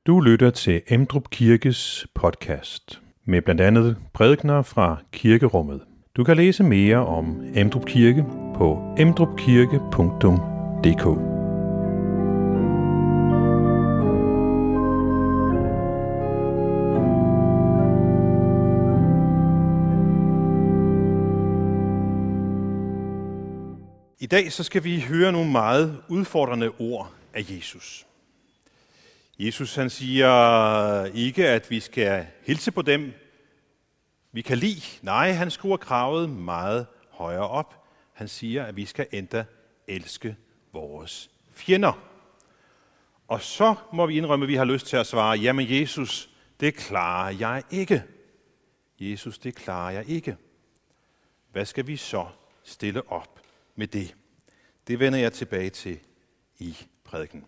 Du lytter til Emdrup Kirkes podcast med blandt andet prædikener fra kirkerummet. Du kan læse mere om Emdrup Kirke på emdrupkirke.dk. I dag så skal vi høre nogle meget udfordrende ord af Jesus. Jesus han siger ikke, at vi skal hilse på dem, vi kan lide. Nej, han skruer kravet meget højere op. Han siger, at vi skal endda elske vores fjender. Og så må vi indrømme, at vi har lyst til at svare, jamen Jesus, det klarer jeg ikke. Jesus, det klarer jeg ikke. Hvad skal vi så stille op med det? Det vender jeg tilbage til i prædiken.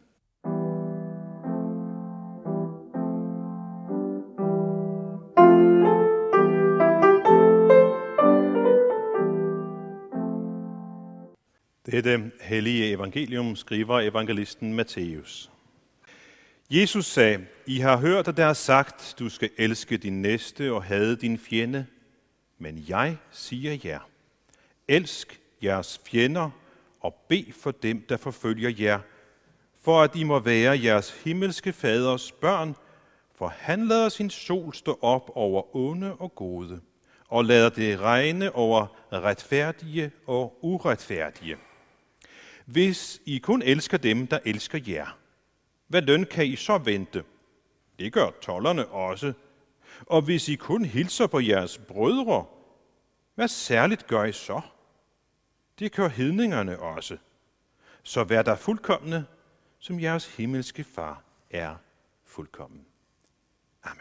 Dette hellige evangelium skriver evangelisten Matthæus. Jesus sagde, I har hørt, at der er sagt, du skal elske din næste og hade din fjende. Men jeg siger jer, elsk jeres fjender og bed for dem, der forfølger jer, for at I må være jeres himmelske faders børn, for han lader sin sol stå op over onde og gode, og lader det regne over retfærdige og uretfærdige. Hvis I kun elsker dem, der elsker jer, hvad løn kan I så vente? Det gør tolderne også. Og hvis I kun hilser på jeres brødre, hvad særligt gør I så? Det gør hedningerne også. Så vær der fuldkomne, som jeres himmelske far er fuldkommen. Amen.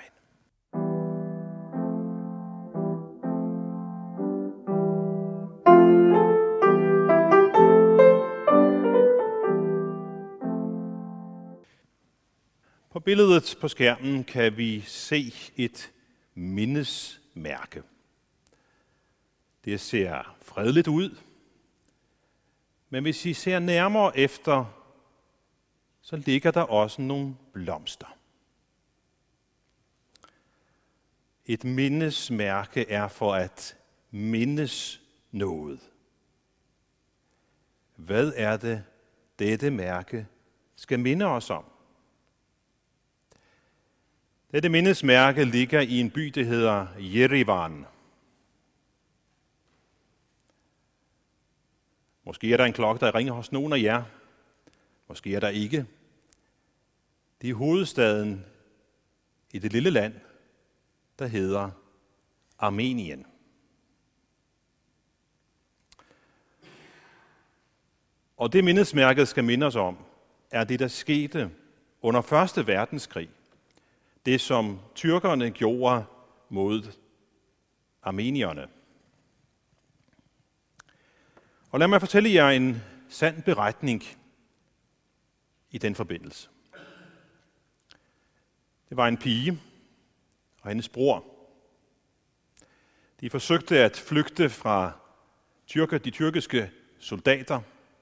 På billedet på skærmen kan vi se et mindesmærke. Det ser fredeligt ud, men hvis I ser nærmere efter, så ligger der også nogle blomster. Et mindesmærke er for at mindes noget. Hvad er det, dette mærke skal minde os om? Dette mindesmærke ligger i en by, der hedder Jerevan. Måske er der en klokke, der ringer hos nogen af jer. Måske er der ikke. Det er hovedstaden i det lille land, der hedder Armenien. Og det mindesmærket skal minde os om, er det, der skete under 1. verdenskrig. Det, som tyrkerne gjorde mod armenierne. Og lad mig fortælle jer en sand beretning i den forbindelse. Det var en pige og hendes bror. De forsøgte at flygte fra de tyrkiske soldater.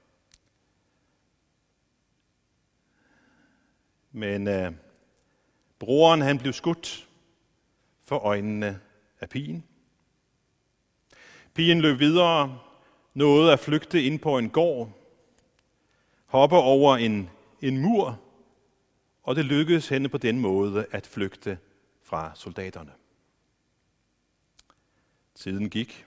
Men broren han blev skudt for øjnene af pigen. Pigen løb videre, nåede at flygte ind på en gård, hoppe over en mur, og det lykkedes hende på den måde at flygte fra soldaterne. Tiden gik.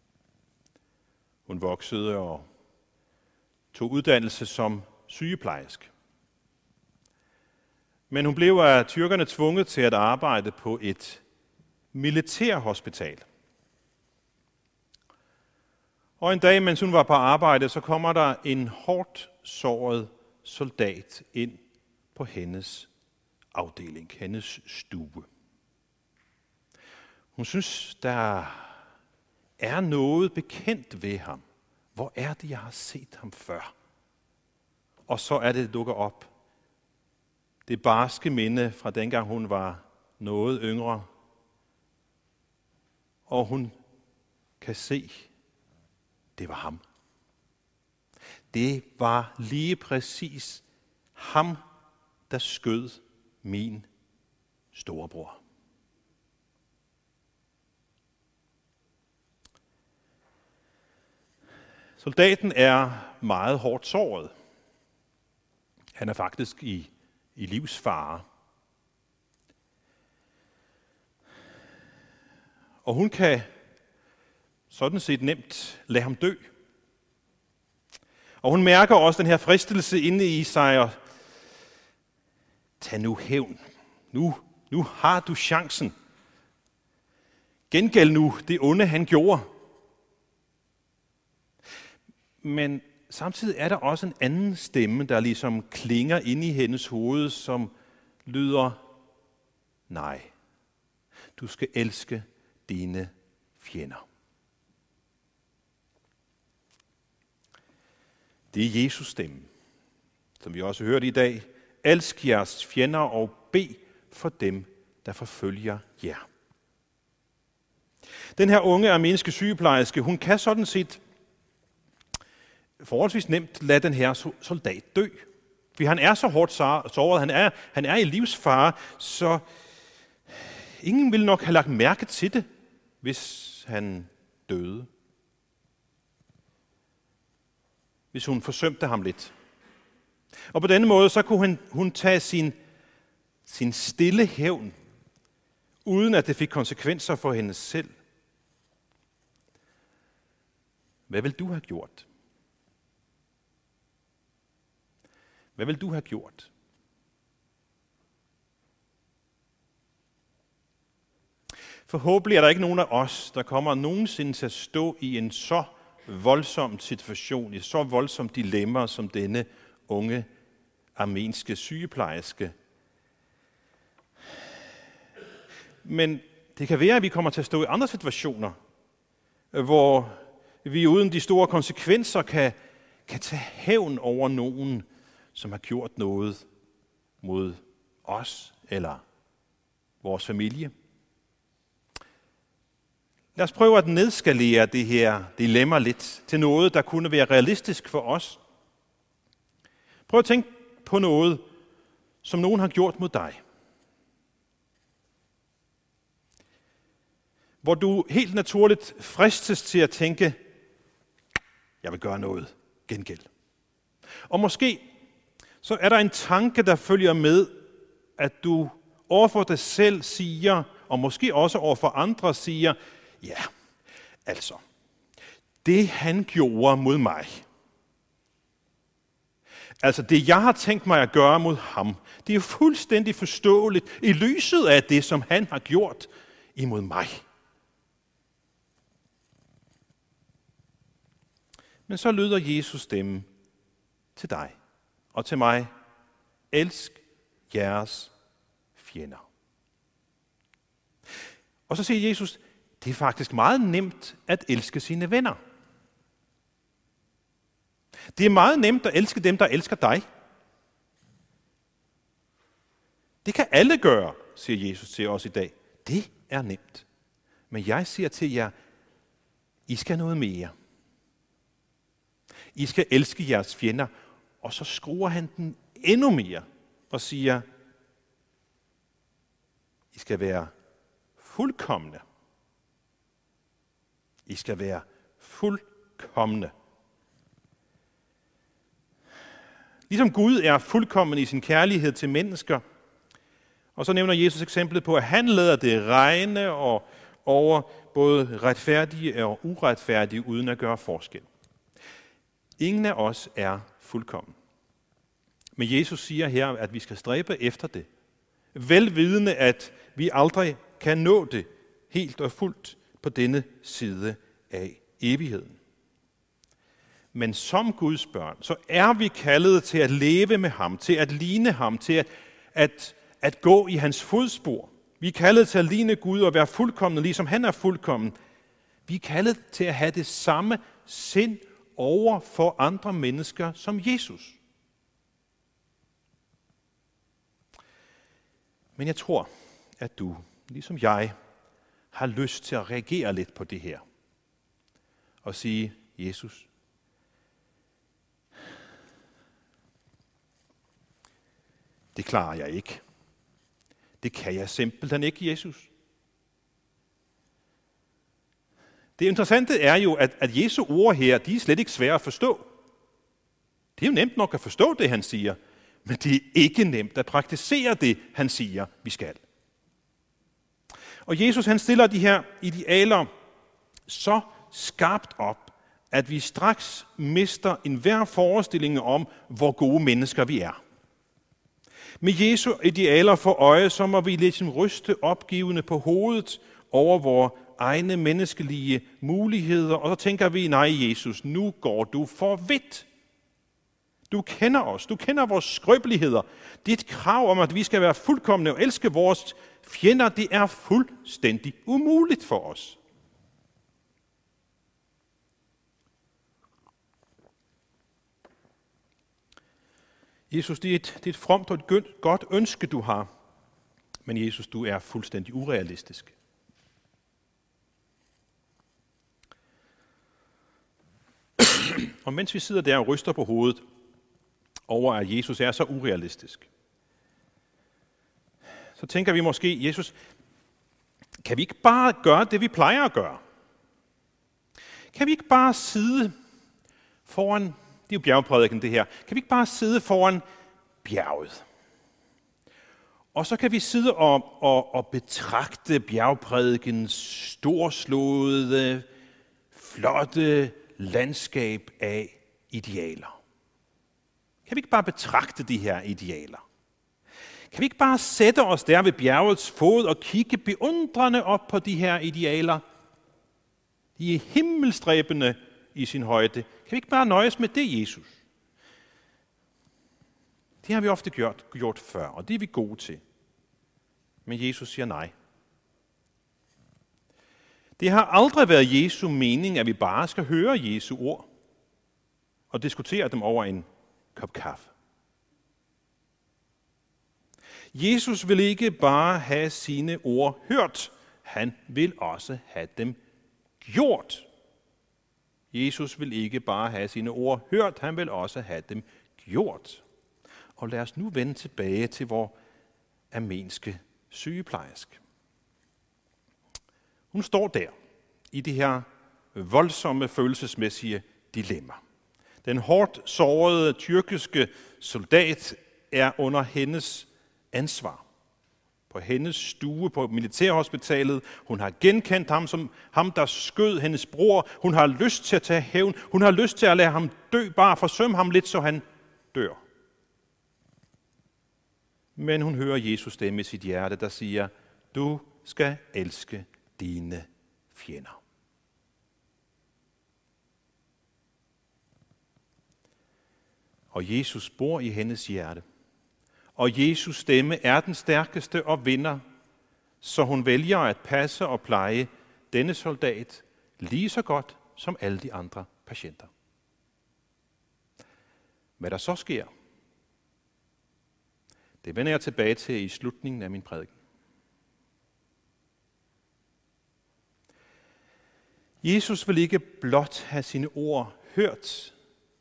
Hun voksede og tog uddannelse som sygeplejerske. Men hun blev af tyrkerne tvunget til at arbejde på et militærhospital. Og en dag, mens hun var på arbejde, så kommer der en hårdt såret soldat ind på hendes afdeling, hendes stue. Hun synes, der er noget bekendt ved ham. Hvor er det, jeg har set ham før? Og så er det dukker op. Det barske minde fra dengang hun var noget yngre. Og hun kan se, det var ham. Det var lige præcis ham, der skød min storebror. Soldaten er meget hårdt såret. Han er faktisk i livsfare. Og hun kan sådan set nemt lade ham dø. Og hun mærker også den her fristelse inde i sig og tag nu hævn. Nu har du chancen. Gengæld nu det onde, han gjorde. Men samtidig er der også en anden stemme, der ligesom klinger inde i hendes hoved, som lyder, nej, du skal elske dine fjender. Det er Jesus stemme, som vi også hørte i dag. Elsk jeres fjender og bed for dem, der forfølger jer. Den her unge armenske sygeplejerske, hun kan sådan set forholdsvis nemt lade den her soldat dø. For han er så hårdt såret, han er i livsfare, så ingen ville nok have lagt mærke til det, hvis han døde. Hvis hun forsømte ham lidt. Og på denne måde, så kunne hun tage sin stille hævn, uden at det fik konsekvenser for hende selv. Hvad vil du have gjort? Hvad vil du have gjort? Forhåbentlig er der ikke nogen af os, der kommer nogensinde til at stå i en så voldsom situation, et så voldsomt dilemma som denne unge armenske sygeplejerske. Men det kan være, at vi kommer til at stå i andre situationer, hvor vi uden de store konsekvenser kan tage hævn over nogen, som har gjort noget mod os eller vores familie. Lad os prøve at nedskalere det her dilemma lidt til noget, der kunne være realistisk for os. Prøv at tænke på noget, som nogen har gjort mod dig. Hvor du helt naturligt fristes til at tænke, jeg vil gøre noget gengæld. Og måske så er der en tanke, der følger med, at du overfor dig selv siger, og måske også overfor andre siger, ja, altså, det han gjorde mod mig, altså det jeg har tænkt mig at gøre mod ham, det er jo fuldstændig forståeligt i lyset af det, som han har gjort imod mig. Men så lyder Jesus stemme til dig og til mig. Elsk jeres fjender. Og så siger Jesus, det er faktisk meget nemt at elske sine venner. Det er meget nemt at elske dem, der elsker dig. Det kan alle gøre, siger Jesus til os i dag. Det er nemt. Men jeg siger til jer, I skal noget mere. I skal elske jeres fjender. Og så skruer han den endnu mere og siger, I skal være fuldkomne. I skal være fuldkomne. Ligesom Gud er fuldkommen i sin kærlighed til mennesker, og så nævner Jesus eksemplet på, at han lader det regne over både retfærdige og uretfærdige, uden at gøre forskel. Ingen af os er fuldkommen. Men Jesus siger her, at vi skal stræbe efter det. Velvidende, at vi aldrig kan nå det helt og fuldt på denne side af evigheden. Men som Guds børn, så er vi kaldet til at leve med ham, til at ligne ham, til at gå i hans fodspor. Vi er kaldet til at ligne Gud og være fuldkomne, ligesom han er fuldkommen. Vi er kaldet til at have det samme sind over for andre mennesker som Jesus. Men jeg tror, at du, ligesom jeg, har lyst til at reagere lidt på det her. Og sige, Jesus, det klarer jeg ikke. Det kan jeg simpelthen ikke, Jesus. Det interessante er jo, at Jesu ord her, de er slet ikke svære at forstå. Det er jo nemt nok at forstå det, han siger, men det er ikke nemt at praktisere det, han siger, vi skal. Og Jesus, han stiller de her idealer så skarpt op, at vi straks mister enhver forestilling om, hvor gode mennesker vi er. Med Jesu idealer for øje, så må vi ligesom ryste opgivende på hovedet over vores egne menneskelige muligheder, og så tænker vi, nej Jesus, nu går du for vidt. Du kender os, du kender vores skrøbeligheder. Dit krav om, at vi skal være fuldkomne og elske vores fjender, det er fuldstændig umuligt for os. Jesus, det er et fromt og et godt ønske, du har. Men Jesus, du er fuldstændig urealistisk. Og mens vi sidder der og ryster på hovedet over, at Jesus er så urealistisk, så tænker vi måske, Jesus, kan vi ikke bare gøre det, vi plejer at gøre? Kan vi ikke bare sidde foran, det er jo bjergprædiken det her, kan vi ikke bare sidde foran bjerget? Og så kan vi sidde og betragte bjergprædikens storslåede, flotte landskab af idealer. Kan vi ikke bare betragte de her idealer? Kan vi ikke bare sætte os der ved bjergets fod og kigge beundrende op på de her idealer? De er himmelstræbende i sin højde. Kan vi ikke bare nøjes med det, Jesus? Det har vi ofte gjort før, og det er vi gode til. Men Jesus siger nej. Det har aldrig været Jesu mening, at vi bare skal høre Jesu ord og diskutere dem over en kop kaffe. Jesus vil ikke bare have sine ord hørt, han vil også have dem gjort. Jesus vil ikke bare have sine ord hørt, han vil også have dem gjort. Og lad os nu vende tilbage til vor armenske sygeplejerske. Hun står der i det her voldsomme følelsesmæssige dilemma. Den hårdt sårede tyrkiske soldat er under hendes ansvar. På hendes stue på militærhospitalet. Hun har genkendt ham som ham, der skød hendes bror. Hun har lyst til at tage hævn. Hun har lyst til at lade ham dø, bare forsømme ham lidt, så han dør. Men hun hører Jesus stemme i sit hjerte, der siger, du skal elske dine fjender. Og Jesus bor i hendes hjerte. Og Jesus stemme er den stærkeste og vinder, så hun vælger at passe og pleje denne soldat lige så godt som alle de andre patienter. Hvad der så sker, det vender jeg tilbage til i slutningen af min prædiken. Jesus vil ikke blot have sine ord hørt,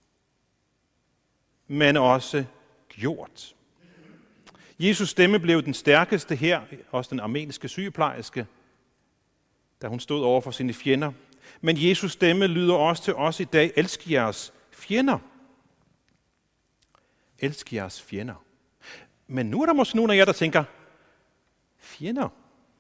men også gjort. Jesus stemme blev den stærkeste her, også den armenske sygeplejerske, da hun stod over for sine fjender. Men Jesus stemme lyder også til os i dag, elsk jeres fjender. Elsk jeres fjender. Men nu er der måske nogle af jer, der tænker, fjender?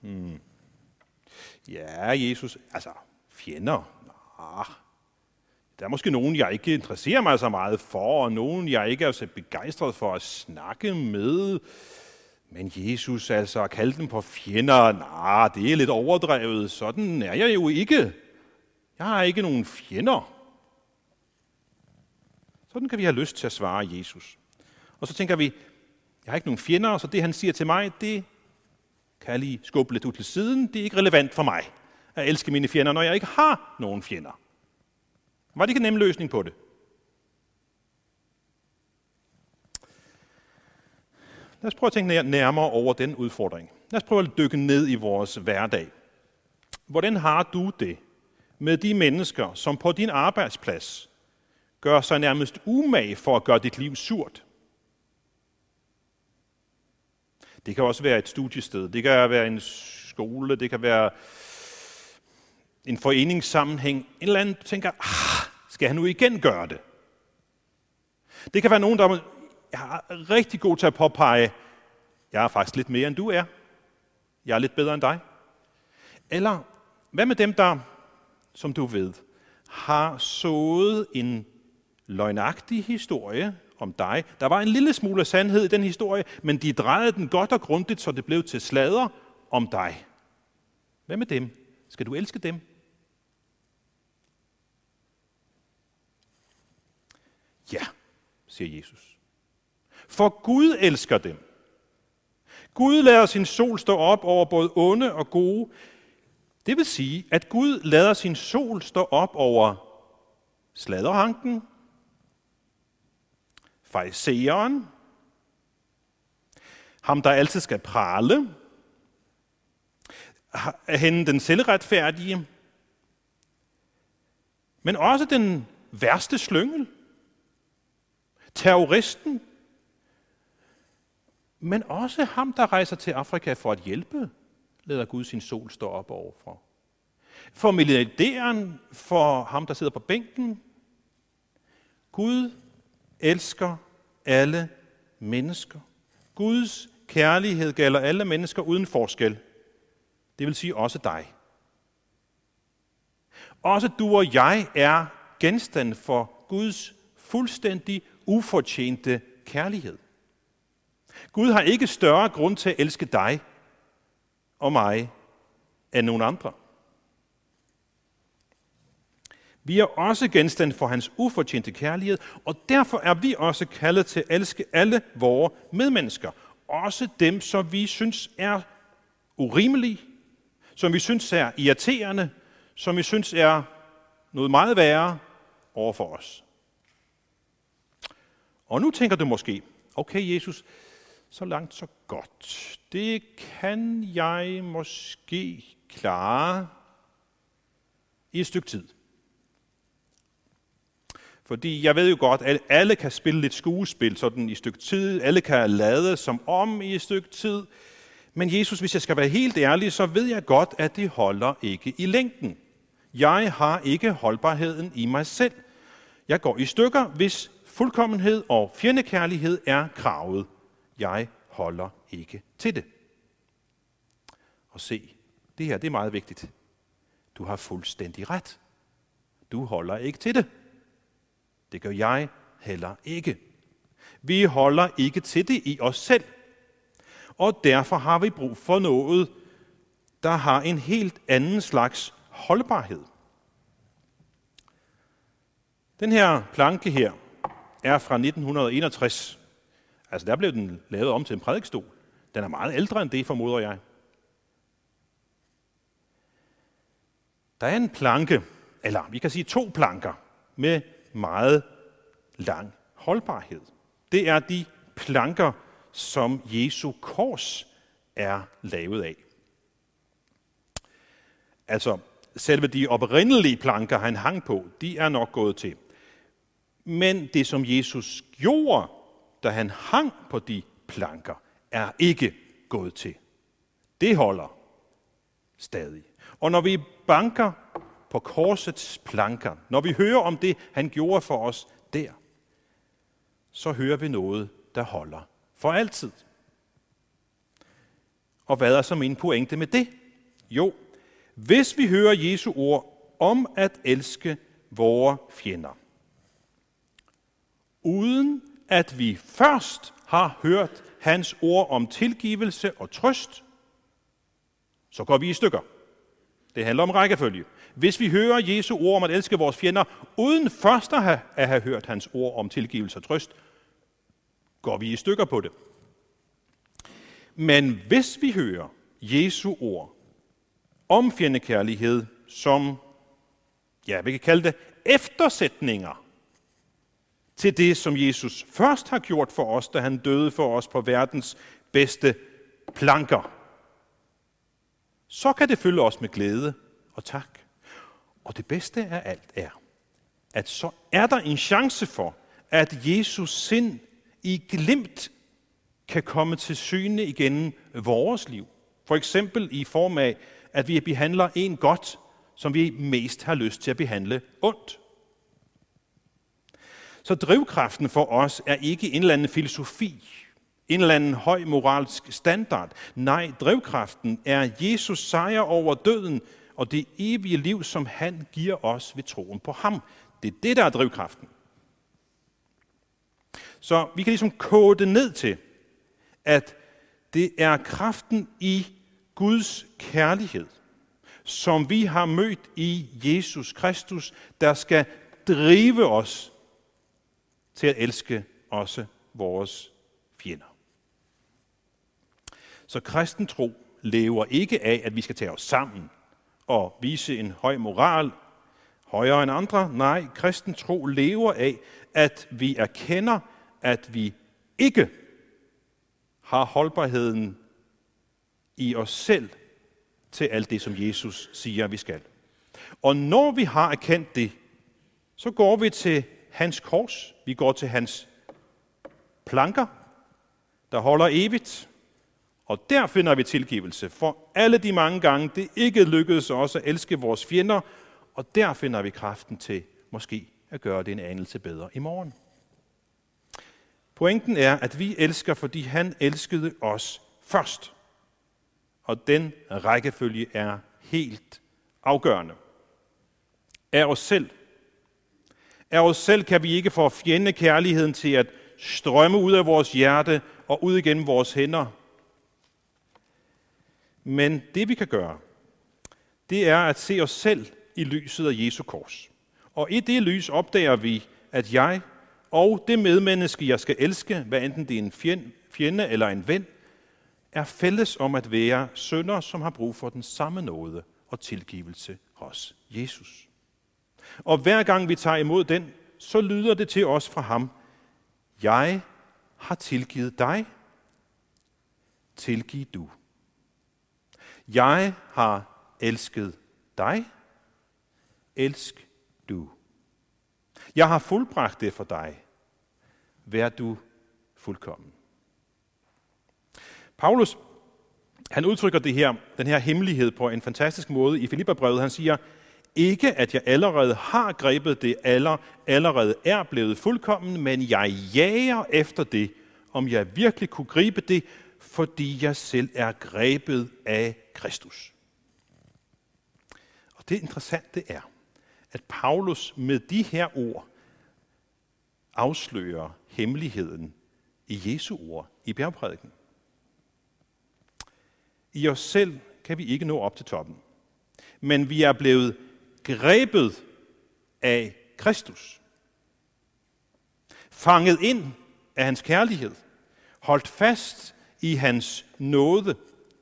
Ja, Jesus, altså fjender? Der er måske nogen, jeg ikke interesserer mig så meget for, og nogen, jeg ikke er så begejstret for at snakke med. Men Jesus, altså at kalde dem på fjender, det er lidt overdrevet. Sådan er jeg jo ikke. Jeg har ikke nogen fjender. Sådan kan vi have lyst til at svare Jesus. Og så tænker vi, jeg har ikke nogen fjender, så det han siger til mig, det kan jeg lige skubbe lidt ud til siden. Det er ikke relevant for mig at elske mine fjender, når jeg ikke har nogen fjender. Var det ikke en nem løsning på det? Lad os prøve at tænke nærmere over den udfordring. Lad os prøve at dykke ned i vores hverdag. Hvordan har du det med de mennesker, som på din arbejdsplads gør sig nærmest umage for at gøre dit liv surt? Det kan også være et studiested, det kan være en skole, det kan være en foreningssammenhæng. En eller anden tænker, skal han nu igen gøre det? Det kan være nogen, der er rigtig god til at påpege, jeg er faktisk lidt mere end du er. Jeg er lidt bedre end dig. Eller hvad med dem, der, som du ved, har sået en løgnagtig historie om dig. Der var en lille smule sandhed i den historie, men de drejede den godt og grundigt, så det blev til sladder om dig. Hvad med dem? Skal du elske dem? Ja, siger Jesus. For Gud elsker dem. Gud lader sin sol stå op over både onde og gode. Det vil sige, at Gud lader sin sol stå op over sladderhanken, farisæeren, ham der altid skal prale, hende den selvretfærdige, men også den værste slyngel, terroristen, men også ham, der rejser til Afrika for at hjælpe, lader Gud sin sol stå op overfor. For milliardæren, for ham, der sidder på bænken. Gud elsker alle mennesker. Guds kærlighed gælder alle mennesker uden forskel. Det vil sige også dig. Også du og jeg er genstand for Guds fuldstændig ufortjente kærlighed. Gud har ikke større grund til at elske dig og mig end nogen andre. Vi er også genstand for hans ufortjente kærlighed, og derfor er vi også kaldet til at elske alle vores medmennesker. Også dem, som vi synes er urimelige, som vi synes er irriterende, som vi synes er noget meget værre over for os. Og nu tænker du måske, okay Jesus, så langt så godt. Det kan jeg måske klare i et stykke tid. Fordi jeg ved jo godt, at alle kan spille lidt skuespil sådan i et stykke tid. Alle kan lade som om i et stykke tid. Men Jesus, hvis jeg skal være helt ærlig, så ved jeg godt, at det holder ikke i længden. Jeg har ikke holdbarheden i mig selv. Jeg går i stykker, hvis fuldkommenhed og fjendekærlighed er kravet. Jeg holder ikke til det. Og se, det her det er meget vigtigt. Du har fuldstændig ret. Du holder ikke til det. Det gør jeg heller ikke. Vi holder ikke til det i os selv. Og derfor har vi brug for noget, der har en helt anden slags holdbarhed. Den her planke her er fra 1961. Altså der blev den lavet om til en prædikestol. Den er meget ældre end det, formoder jeg. Der er en planke, eller vi kan sige 2 planker, med meget lang holdbarhed. Det er de planker, som Jesu kors er lavet af. Altså, selve de oprindelige planker, han hang på, de er nok gået til. Men det, som Jesus gjorde, da han hang på de planker, er ikke gået til. Det holder stadig. Og når vi banker på korsets planker, når vi hører om det, han gjorde for os der, så hører vi noget, der holder for altid. Og hvad er så min pointe med det? Jo, hvis vi hører Jesu ord om at elske vore fjender, uden at vi først har hørt hans ord om tilgivelse og trøst, så går vi i stykker. Det handler om rækkefølge. Hvis vi hører Jesu ord om at elske vores fjender, uden først at have hørt hans ord om tilgivelse og trøst, går vi i stykker på det. Men hvis vi hører Jesu ord om fjendekærlighed som, vi kan kalde det eftersætninger til det, som Jesus først har gjort for os, da han døde for os på verdens bedste planker, så kan det fylde os med glæde og tak. Og det bedste af alt er, at så er der en chance for, at Jesus sind i glimt kan komme til syne igennem vores liv. For eksempel i form af, at vi behandler en godt, som vi mest har lyst til at behandle ondt. Så drivkraften for os er ikke en eller anden filosofi, en eller anden høj moralsk standard. Nej, drivkraften er Jesus sejr over døden og det evige liv, som han giver os ved troen på ham. Det er det, der er drivkraften. Så vi kan ligesom koge det ned til, at det er kraften i Guds kærlighed, som vi har mødt i Jesus Kristus, der skal drive os til at elske også vores fjender. Så kristen tro lever ikke af, at vi skal tage os sammen og vise en høj moral, højere end andre. Nej, kristen tro lever af, at vi erkender, at vi ikke har holdbarheden i os selv til alt det, som Jesus siger, vi skal. Og når vi har erkendt det, så går vi til hans kors. Vi går til hans planker, der holder evigt. Og der finder vi tilgivelse for alle de mange gange, det ikke lykkedes os at elske vores fjender. Og der finder vi kraften til måske at gøre det en anelse bedre i morgen. Pointen er, at vi elsker, fordi han elskede os først. Og den rækkefølge er helt afgørende. Af os selv kan vi ikke få fjendekærligheden til at strømme ud af vores hjerte og ud igennem vores hænder. Men det vi kan gøre, det er at se os selv i lyset af Jesu kors. Og i det lys opdager vi, at jeg og det medmenneske, jeg skal elske, hvad enten det er en fjende eller en ven, er fælles om at være syndere, som har brug for den samme nåde og tilgivelse hos Jesus. Og hver gang vi tager imod den, så lyder det til os fra ham: jeg har tilgivet dig, tilgiv du. Jeg har elsket dig, elsk du. Jeg har fuldbragt det for dig, vær du fuldkommen. Paulus, han udtrykker den her hemmelighed på en fantastisk måde i Filipperbrevet. Han siger, ikke at jeg allerede har grebet det, allerede er blevet fuldkommen, men jeg jager efter det, om jeg virkelig kunne gribe det, fordi jeg selv er grebet af Kristus. Og det interessante er, at Paulus med de her ord afslører hemmeligheden i Jesu ord i bjergprædiken. I os selv kan vi ikke nå op til toppen, men vi er blevet grebet af Kristus. Fanget ind af hans kærlighed, holdt fast i hans nåde.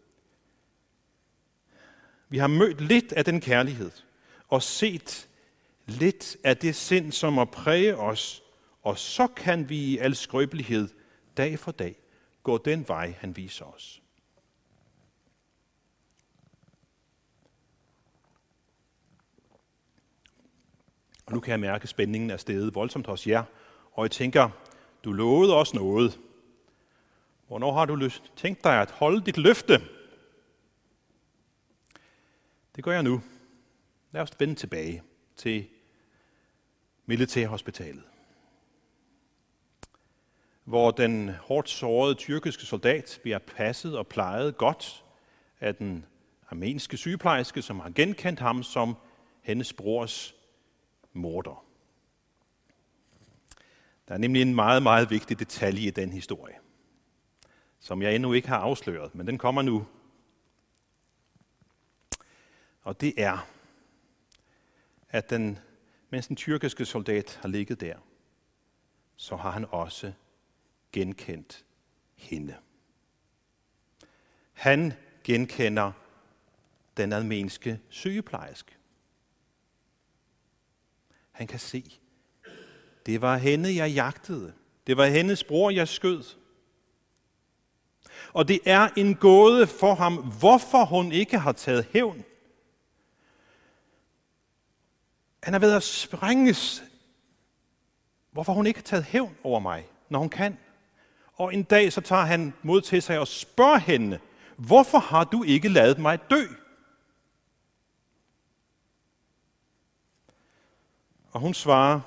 Vi har mødt lidt af den kærlighed og set lidt af det sind, som må præge os, og så kan vi i al skrøbelighed dag for dag gå den vej, han viser os. Og nu kan jeg mærke, at spændingen er steget voldsomt hos jer, og jeg tænker, du lovede os noget. Hvornår har du tænkt dig at holde dit løfte? Det gør jeg nu. Lad os vende tilbage til militærhospitalet, hvor den hårdt sårede tyrkiske soldat bliver passet og plejet godt af den armenske sygeplejerske, som har genkendt ham som hendes brors morder. Der er nemlig en meget, meget vigtig detalje i den historie, som jeg endnu ikke har afsløret, men den kommer nu. Og det er, at mens den tyrkiske soldat har ligget der, så har han også genkendt hende. Han genkender den armenske sygeplejerske. Han kan se, det var hende, jeg jagtede. Det var hendes bror, jeg skød. Og det er en gåde for ham, hvorfor hun ikke har taget hævn. Han er ved at sprænges, hvorfor hun ikke har taget hævn over mig, når hun kan. Og en dag så tager han mod til sig og spørger hende, hvorfor har du ikke ladet mig dø? Og hun svarer,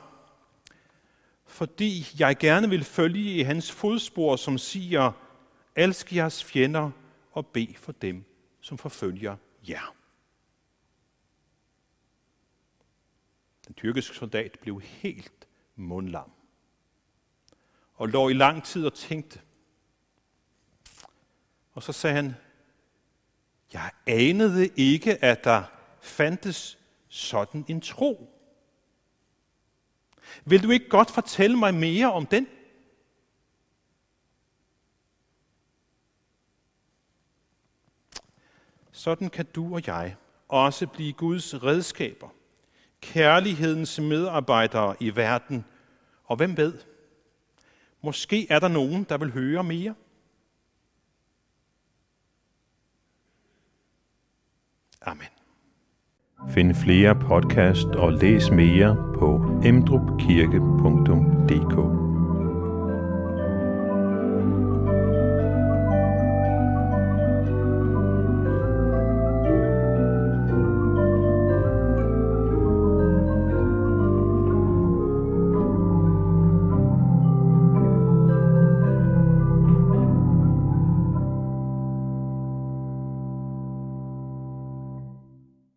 fordi jeg gerne vil følge i hans fodspor, som siger, elsk jeres fjender og bed for dem, som forfølger jer. Den tyrkiske soldat blev helt mundlam og lå i lang tid og tænkte. Og så sagde han, jeg anede ikke, at der fandtes sådan en tro. Vil du ikke godt fortælle mig mere om den? Sådan kan du og jeg også blive Guds redskaber, kærlighedens medarbejdere i verden. Og hvem ved, måske er der nogen, der vil høre mere. Amen. Find flere podcast og læs mere på emdrupkirke.dk.